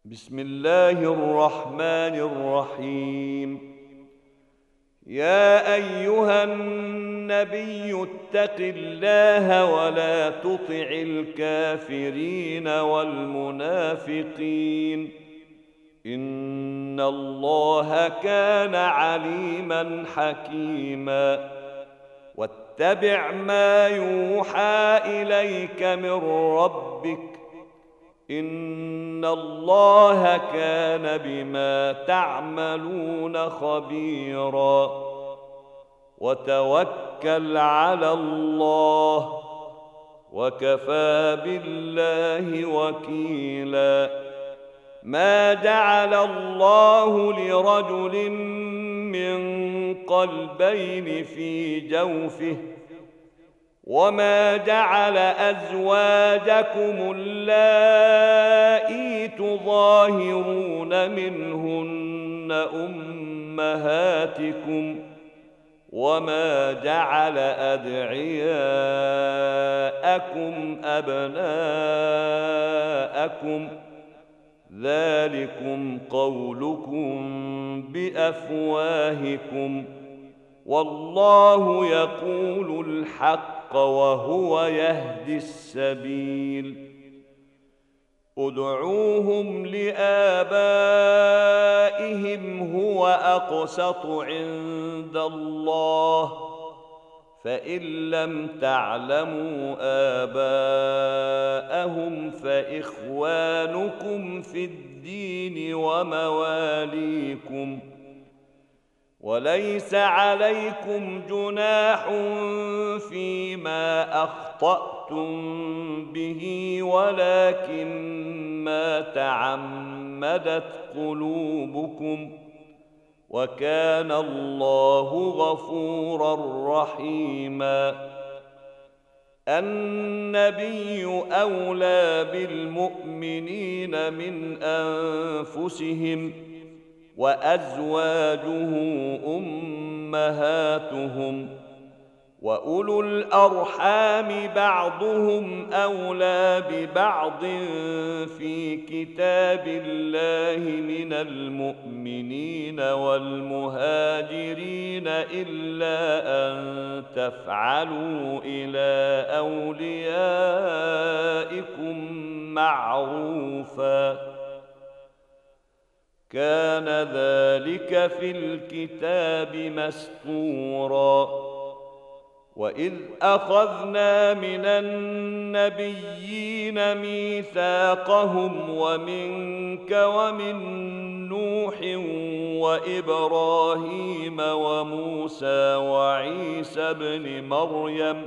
بسم الله الرحمن الرحيم. يا أيها النبي اتق الله ولا تطع الكافرين والمنافقين، إن الله كان عليما حكيما. واتبع ما يوحى إليك من ربك، إن الله كان بما تعملون خبيرا. وتوكل على الله، وكفى بالله وكيلا. ما جعل الله لرجل من قلبين في جوفه، وما جعل أزواجكم اللائي تظاهرون منهن أمهاتكم، وما جعل أدعياءكم أبناءكم، ذلكم قولكم بأفواهكم، والله يقول الحق وهو يهدي السبيل. ادعوهم لآبائهم هو أقسط عند الله، فإن لم تعلموا آباءهم فإخوانكم في الدين ومواليكم، وليس عليكم جناح فيما أخطأتم به، ولكن ما تعمدت قلوبكم، وكان الله غفورا رحيما. النبي أولى بالمؤمنين من أنفسهم، وأزواجه أمهاتهم، وأولو الأرحام بعضهم أولى ببعض في كتاب الله من المؤمنين والمهاجرين إلا أن تفعلوا إلى أوليائكم معروفا، كان ذلك في الكتاب مسطورا. وإذ أخذنا من النبيين ميثاقهم ومنك ومن نوح وإبراهيم وموسى وعيسى ابن مريم،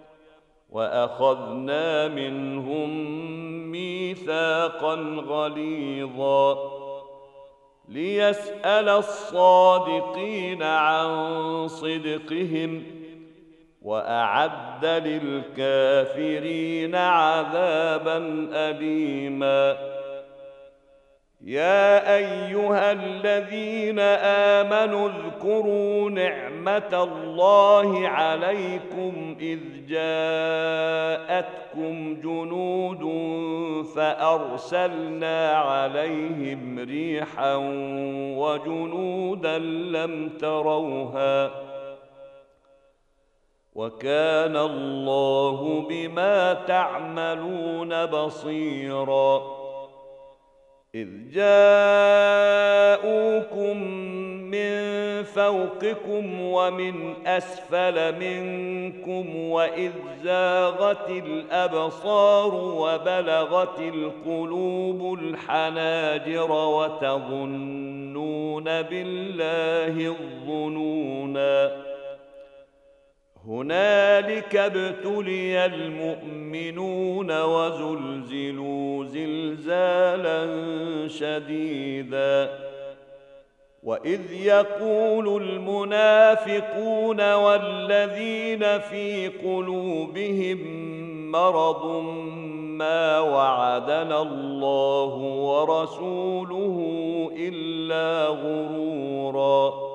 وأخذنا منهم ميثاقا غليظا، ليسأل الصادقين عن صدقهم، وأعد للكافرين عذابا أليما. يا أيها الذين آمنوا اذكروا نعمة الله عليكم إذ جاءتكم جنود فأرسلنا عليهم ريحا وجنودا لم تروها، وكان الله بما تعملون بصيرا. إذ جاءوكم من فوقكم ومن أسفل منكم، وإذ زاغت الأبصار وبلغت القلوب الحناجر وتظنون بالله الظنونا. هنالك ابتلي المؤمنون وزلزلوا زلزالا شديدا. وإذ يقول المنافقون والذين في قلوبهم مرض ما وعدنا الله ورسوله إلا غرورا.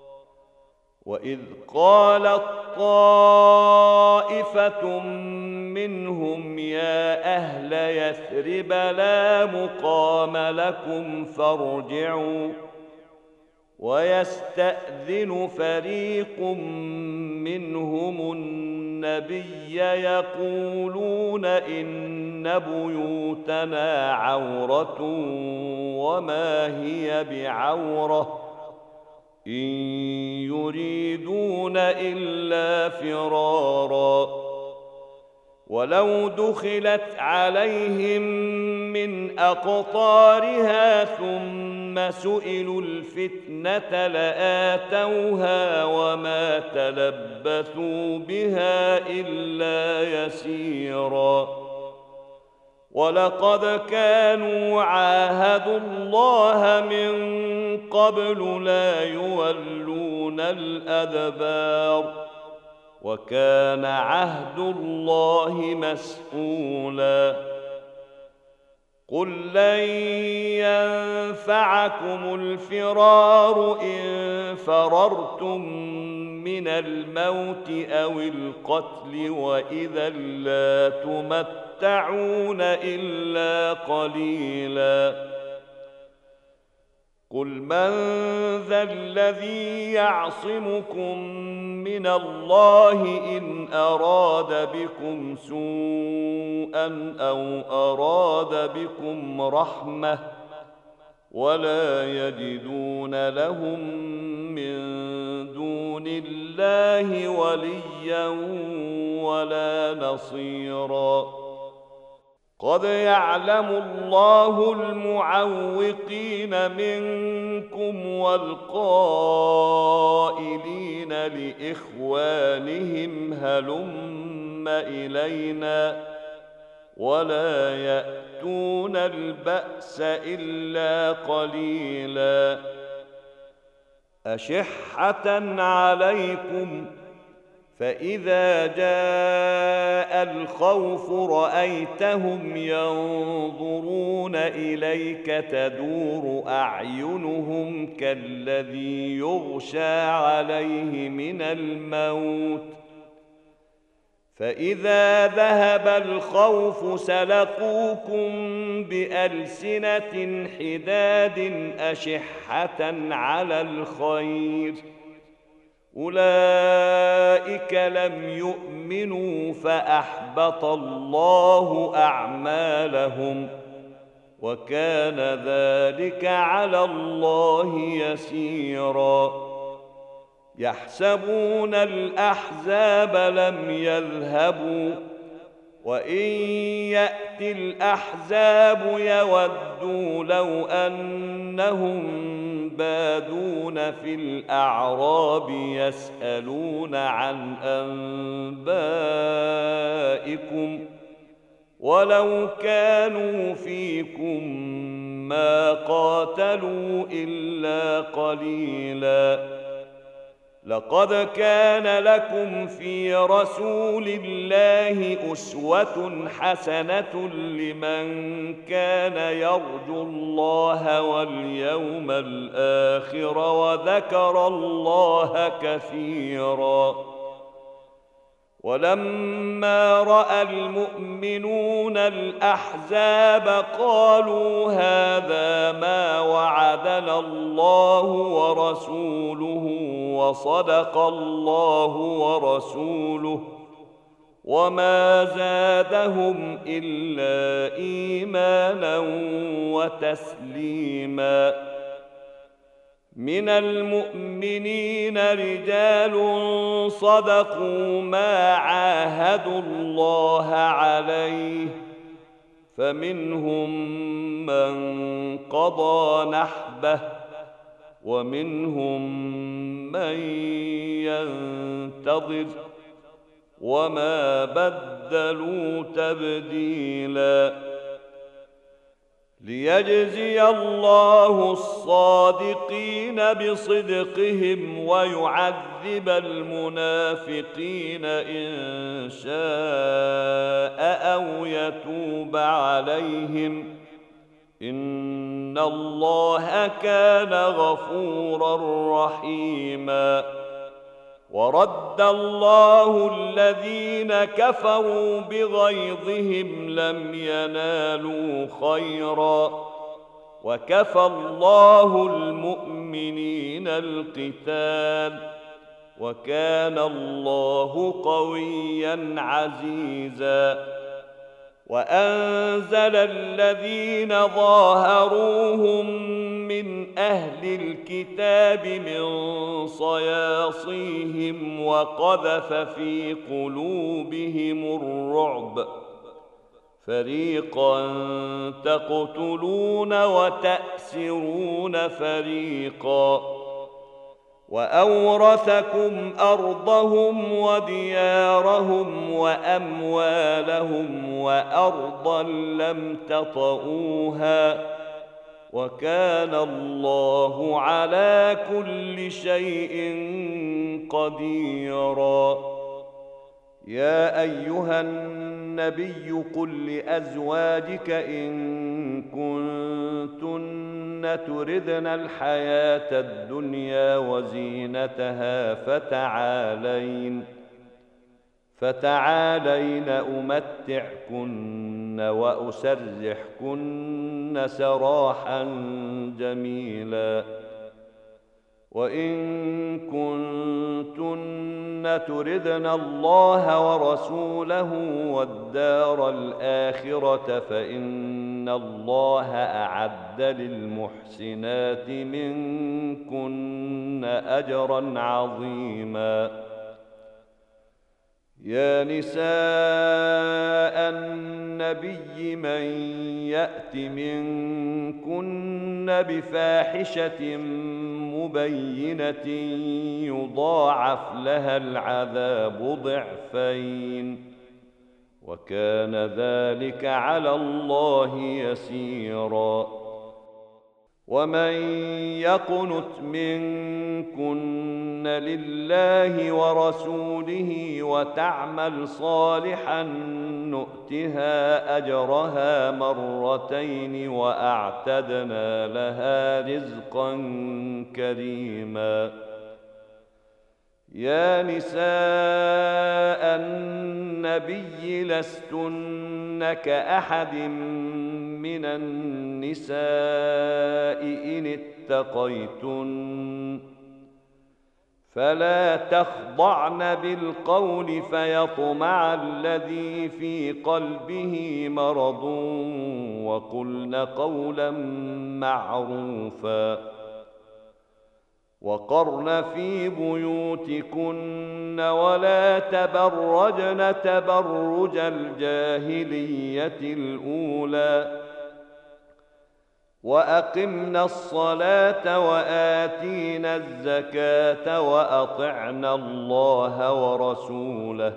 وإذ قالت طائفة منهم يا أهل يثرب لا مقام لكم فارجعوا ويستأذن فريق منهم النبي يقولون إن بيوتنا عورة وما هي بعورة إن يريدون إلا فرارا ولو دخلت عليهم من أقطارها ثم سئلوا الفتنة لآتوها وما تلبثوا بها إلا يسيرا ولقد كانوا عاهدوا الله من قبل لا يولون الأدبار وكان عهد الله مسؤولا قل لن ينفعكم الفرار إن فررتم من الموت أو القتل وإذا لا تمتعون إلا قليلا قل من ذا الذي يعصمكم من الله إن أراد بكم سوءا أو أراد بكم رحمة ولا يجدون لهم من دون الله وليا ولا نصيرا قد يعلم الله المعوقين منكم والقائلين لإخوانهم هلم إلينا ولا يأتون البأس إلا قليلا أشحة عليكم فإذا جاء الخوف رأيتهم ينظرون إليك تدور أعينهم كالذي يغشى عليه من الموت فإذا ذهب الخوف سلقوكم بألسنة حداد أشحة على الخير أولئك لم يؤمنوا فأحبط الله أعمالهم وكان ذلك على الله يسيرا يحسبون الأحزاب لم يذهبوا وإن يأتي الأحزاب يودوا لو أنهم بادون في الأعراب يسألون عن أنبائكم ولو كانوا فيكم ما قاتلوا إلا قليلا لقد كان لكم في رسول الله أسوة حسنة لمن كان يرجو الله واليوم الآخر وذكر الله كثيرا ولما رأى المؤمنون الأحزاب قالوا هذا ما وعدنا الله ورسوله وصدق الله ورسوله وما زادهم إلا إيمانا وتسليما من المؤمنين رجال صدقوا ما عاهدوا الله عليه فمنهم من قضى نحبه ومنهم من ينتظر وما بدلوا تبديلا ليجزي الله الصادقين بصدقهم ويعذب المنافقين إن شاء أو يتوب عليهم إن الله كان غفورا رحيما ورد الله الذين كفروا بغيظهم لم ينالوا خيرا وكفى الله المؤمنين القتال وكان الله قويا عزيزا وأنزل الذين ظاهروهم من أهل الكتاب من صياصيهم وقذف في قلوبهم الرعب فريقا تقتلون وتأسرون فريقا وأورثكم أرضهم وديارهم وأموالهم وأرضا لم تطئوها وكان الله على كل شيء قديرا يا أيها النبي قل لأزواجك إن كنتن تردن الحياة الدنيا وزينتها فتعالين أمتعكن وأسرحكن سراحا جميلا وإن كنتن تردن الله ورسوله والدار الآخرة فإن الله أعد للمحسنات منكن أجرا عظيما يا نساء النبي من يأت منكن بفاحشة مبينة يضاعف لها العذاب ضعفين وكان ذلك على الله يسيرا ومن يقنت منكن لله ورسوله وتعمل صالحا نؤتها أجرها مرتين وأعتدنا لها رزقا كريما يا نساء النبي لستن كأحد من النساء إن اتقيتن فلا تخضعن بالقول فيطمع الذي في قلبه مرض وقلن قولا معروفا وقرن في بيوتكن ولا تبرجن تبرج الجاهلية الأولى وأقمنا الصلاة وآتينا الزكاة وأطعنا الله ورسوله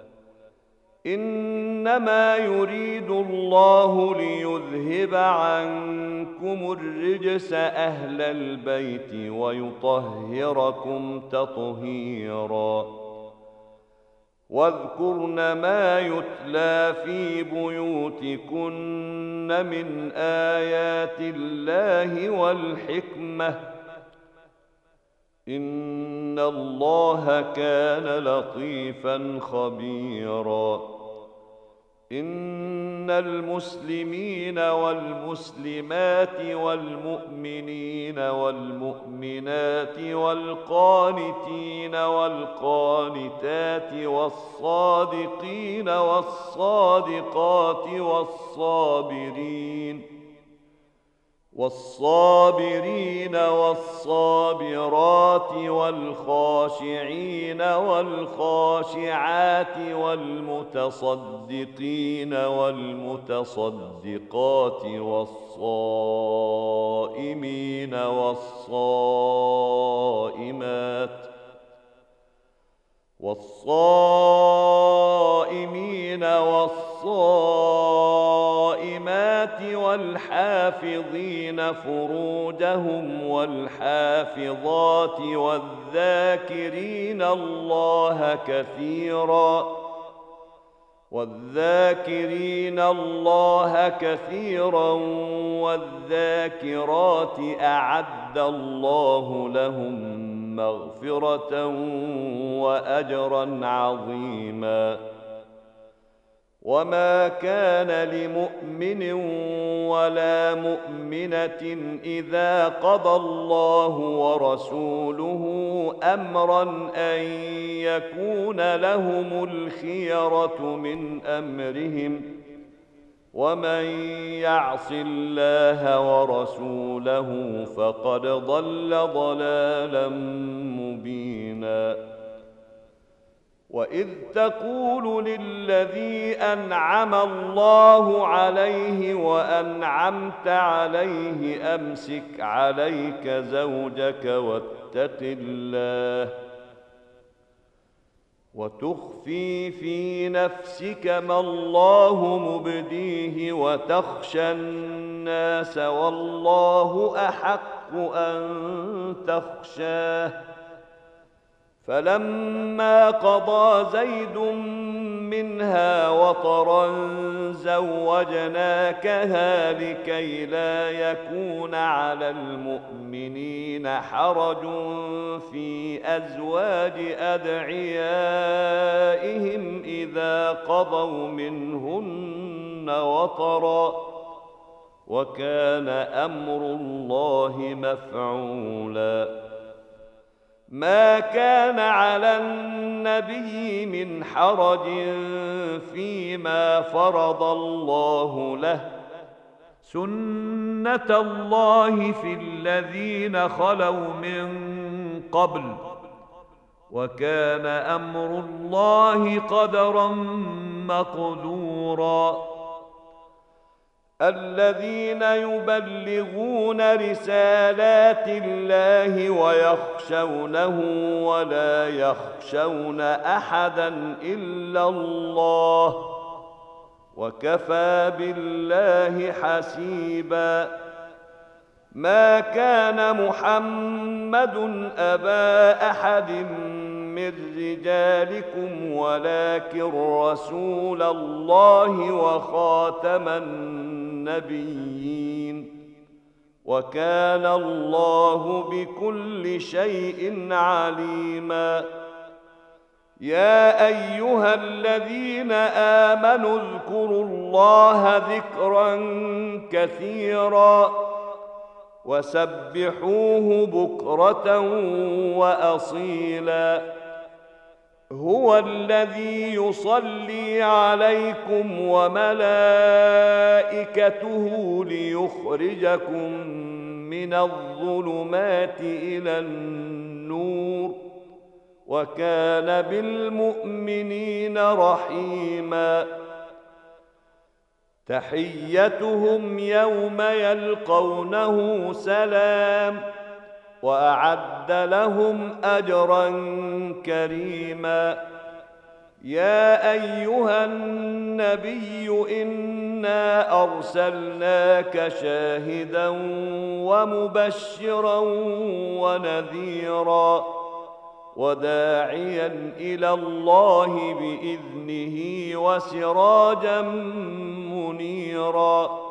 إنما يريد الله ليذهب عنكم الرجس أهل البيت ويطهركم تطهيرا واذكرن ما يتلى في بيوتكن من آيات الله والحكمة إن الله كان لطيفا خبيرا إن المسلمين والمسلمات والمؤمنين والمؤمنات والقانتين والقانتات والصادقين والصادقات والصابرين والصابرات والخاشعين والخاشعات والمتصدقين والمتصدقات والصائمين والصائمات والحافظين فروجهم والحافظات والذاكرين الله كثيرا والذاكرين الله كثيرا والذاكرات أعد الله لهم مغفرة وأجرا عظيما. وما كان لمؤمن ولا مؤمنة إذا قضى الله ورسوله أمرا أن يكون لهم الخيرة من أمرهم ومن يعص الله ورسوله فقد ضل ضلالا مبينا. وإذ تقول للذي أنعم الله عليه وأنعمت عليه أمسك عليك زوجك واتق الله وتخفي في نفسك ما الله مبديه وتخشى الناس والله أحق أن تخشاه. فلما قضى زيد منها وطرا زوجناكها لكي لا يكون على المؤمنين حرج في أزواج أدعيائهم إذا قضوا منهن وطرا وكان أمر الله مفعولا. ما كان على النبي من حرج فيما فرض الله له سنة الله في الذين خلوا من قبل وكان أمر الله قدرا مقدورا. الذين يبلغون رسالات الله ويخشونه ولا يخشون أحدا إلا الله وكفى بالله حسيبا. ما كان محمد أبا أحد من رجالكم ولكن رسول الله وخاتم النبيين وكان الله بكل شيء عليما. يا أيها الذين آمنوا اذكروا الله ذكرا كثيرا وسبحوه بكرة وأصيلا. هو الذي يصلي عليكم وملائكته ليخرجكم من الظلمات إلى النور وكان بالمؤمنين رحيما. تحيتهم يوم يلقونه سلام وأعد لهم أجرا كريما. يا أيها النبي إنا أرسلناك شاهدا ومبشرا ونذيرا وداعيا إلى الله بإذنه وسراجا منيرا.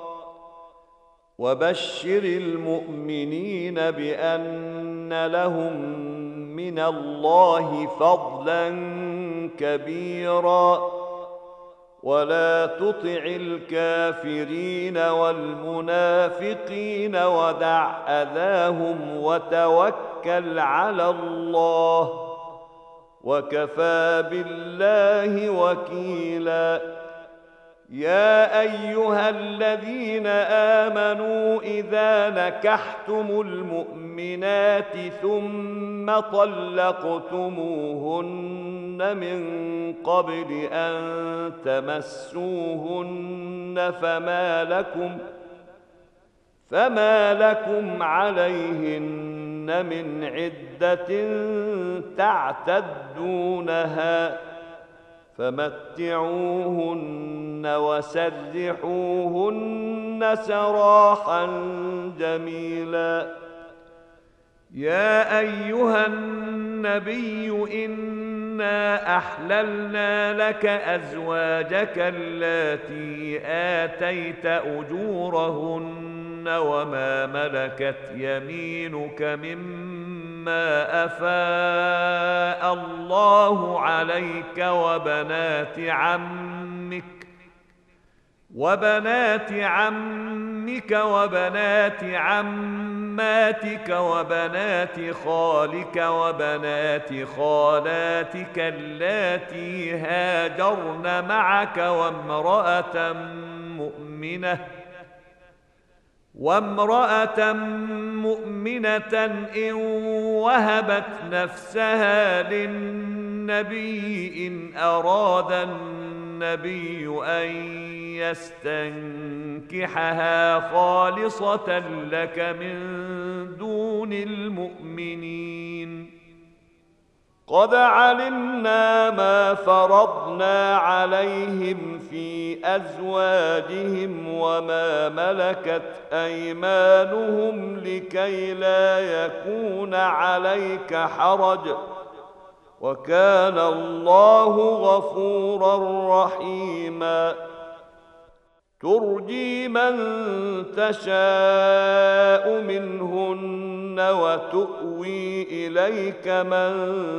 وبشر المؤمنين بأن لهم من الله فضلا كبيرا ولا تطع الكافرين والمنافقين ودع أذاهم وتوكل على الله وكفى بالله وكيلا. يا أيها الذين آمنوا إذا نكحتم المؤمنات ثم طلقتموهن من قبل أن تمسوهن فما لكم عليهن من عدة تعتدونها فمتعوهن وسرحوهن سراحا جميلا. يا أيها النبي إنا إنا أحللنا لك أزواجك اللاتي آتيت أجورهن وما ملكت يمينك مما أفاء الله عليك وبنات عمك وبنات عماتك وبنات خالك وبنات خالاتك اللاتي هاجرن معك وامرأة مؤمنة إن وهبت نفسها للنبي إن أراد النبي أن يستنكحها خالصة لك من دون المؤمنين. قد علمنا ما فرضنا عليهم في أزواجهم وما ملكت أيمانهم لكي لا يكون عليك حرج وكان الله غفورا رحيما. ترجي من تشاء منهن وتؤوي إليك من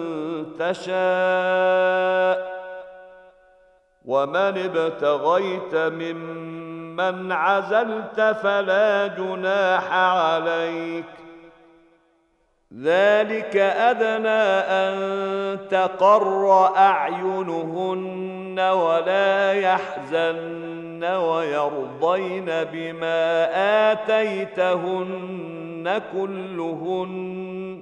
تشاء ومن ابتغيت ممن عزلت فلا جناح عليك ذلك أدنى أن تقر أعينهن ولا يحزن ويرضين بما آتيتهن كلهن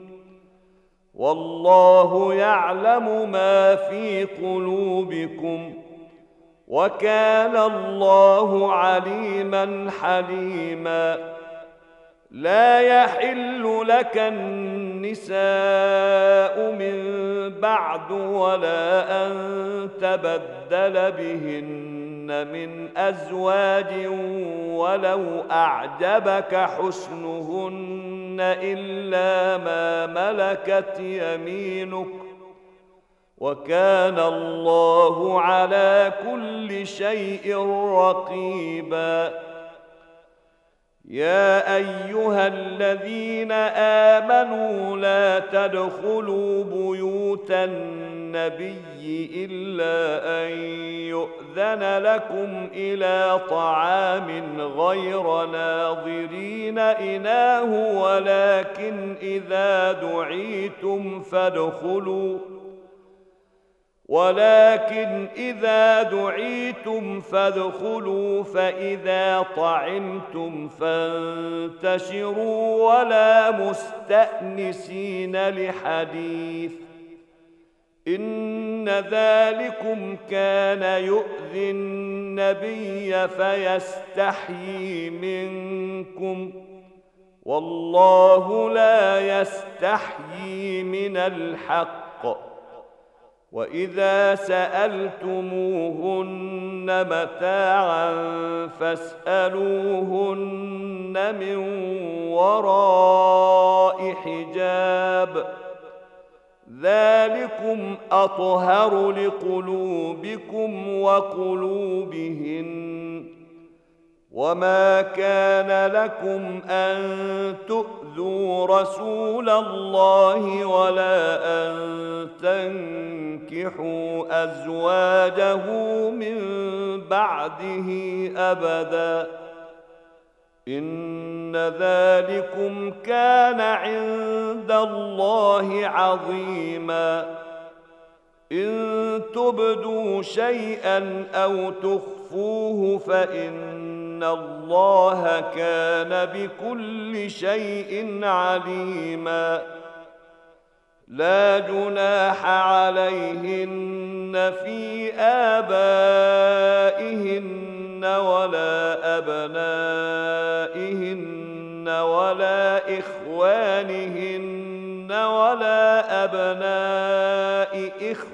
والله يعلم ما في قلوبكم وكان الله عليما حليما. لا يحل لك النساء من بعد ولا أن تبدل بهن من أزواج ولو أعجبك حسنهن إلا ما ملكت يمينك وكان الله على كل شيء رقيبا. يا أيها الذين آمنوا لا تدخلوا بيوت النبي إلا أن يؤذن لكم إلى طعام غير ناظرين إناه ولكن إذا دعيتم فادخلوا فإذا طعمتم فانتشروا ولا مستأنسين لحديث إن ذلكم كان يؤذي النبي فيستحيي منكم والله لا يستحيي من الحق. وإذا سألتموهن متاعا فاسألوهن من وراء حجاب ذلكم أطهر لقلوبكم وقلوبهن. وما كان لكم أن تؤذوا رسول الله ولا أن تنكحوا أزواجه من بعده أبدا إن ذلكم كان عند الله عظيما. إن تبدوا شيئا أو تخفوه فإن الله كان بكل شيء عليما. لا جناح عليهن في آبائهن ولا أبنائهن ولا إخوانهن ولا أبناء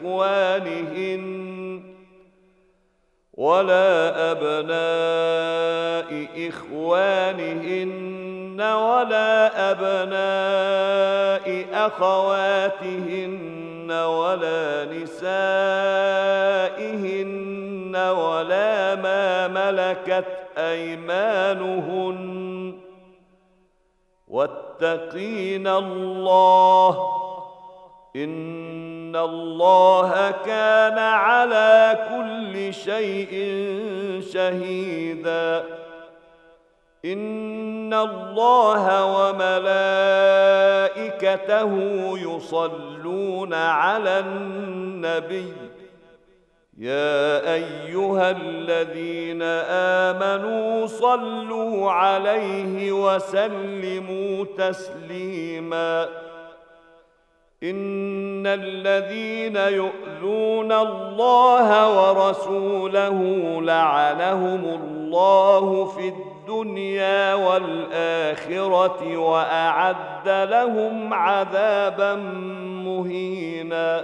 إخوانهن ولا أبناء أخواتهن ولا نسائهن ولا ما ملكت أيمانهن واتقين الله إن الله كان على كل شيء شهيدا إن الله وملائكته يصلون على النبي يا أيها الذين آمنوا صلوا عليه وسلموا تسليما إن الذين يؤذون الله ورسوله لعنهم الله في الدنيا والآخرة وأعد لهم عذابا مهينا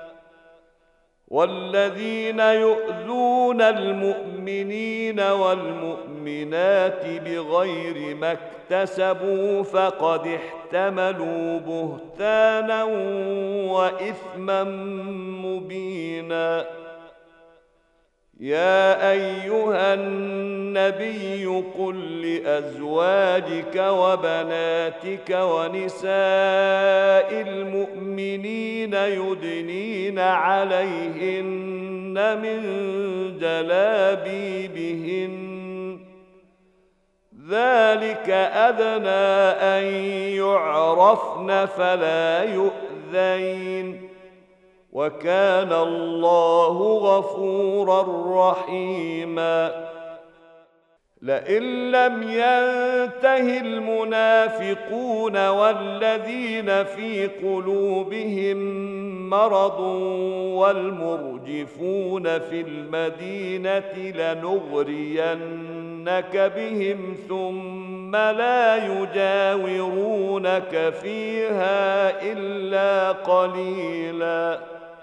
والذين يؤذون المؤمنين والمؤمنات بغير ما اكتسبوا فقد احتملوا بهتانا وإثما مبينا يا أيها النبي قل لأزواجك وبناتك ونساء المؤمنين يدنين عليهن من جلابيبهن ذلك أدنى أن يعرفن فلا يؤذين وكان الله غفورا رحيما لئن لم ينته المنافقون والذين في قلوبهم مرض والمرجفون في المدينة لنغرينك بهم ثم لا يجاورونك فيها إلا قليلا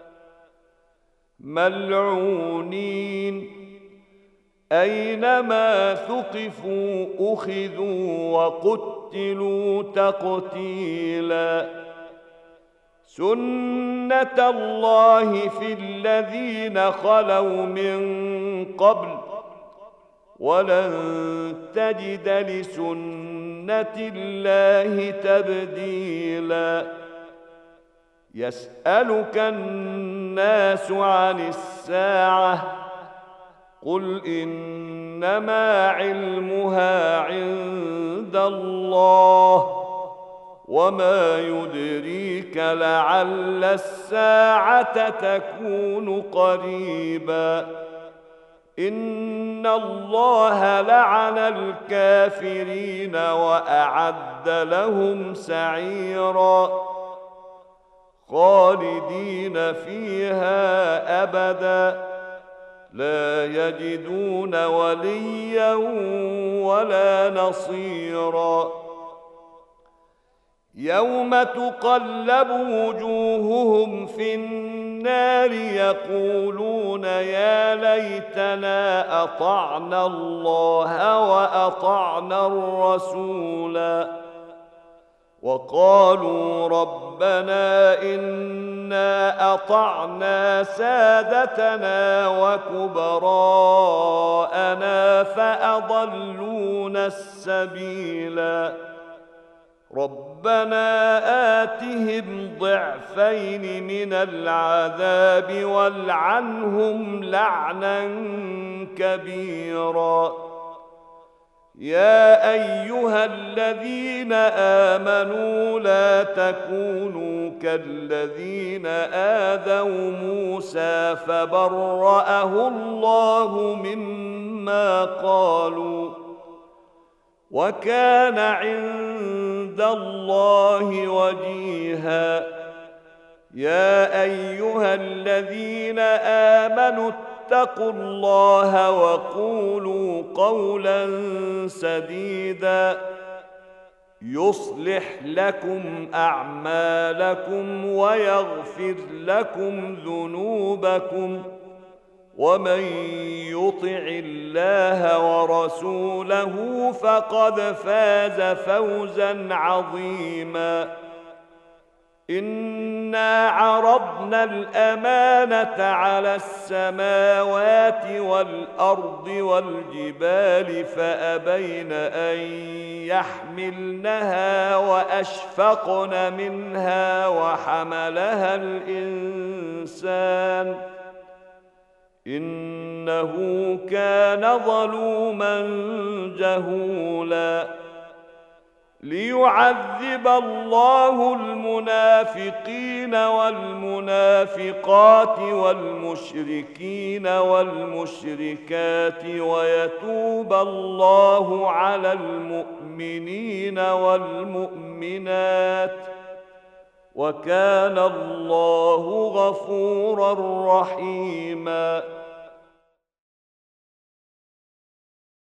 ملعونين أينما ثقفوا أخذوا وقتلوا تقتيلا سنة الله في الذين خلوا من قبل ولن تجد لسنة الله تبديلا يسألك الناس عن الساعة قل إنما علمها عند الله وما يدريك لعل الساعة تكون قريبا إن الله لعن الكافرين وأعد لهم سعيرا خالدين فيها أبدا لا يجدون وليا ولا نصيرا يوم تقلب وجوههم في النار يقولون يا ليتنا أطعنا الله وأطعنا الرسولا وقالوا ربنا إنا أطعنا سادتنا وكبراءنا فأضلونا السبيلا ربنا آتهم ضعفين من العذاب والعنهم لعنا كبيرا يا أيها الذين آمنوا لا تكونوا كالذين آذوا موسى فبرأه الله مما قالوا وكان عند الله وجيها يا أيها الذين آمنوا اتقوا الله وقولوا قولا سديدا يصلح لكم أعمالكم ويغفر لكم ذنوبكم ومن يطع الله ورسوله فقد فاز فوزا عظيما إنا عرضنا الأمانة على السماوات والأرض والجبال فأبين أن يحملنها وأشفقن منها وحملها الإنسان إنه كان ظلوما جهولا ليعذب الله المنافقين والمنافقات والمشركين والمشركات ويتوب الله على المؤمنين والمؤمنات وكان الله غفورا رحيما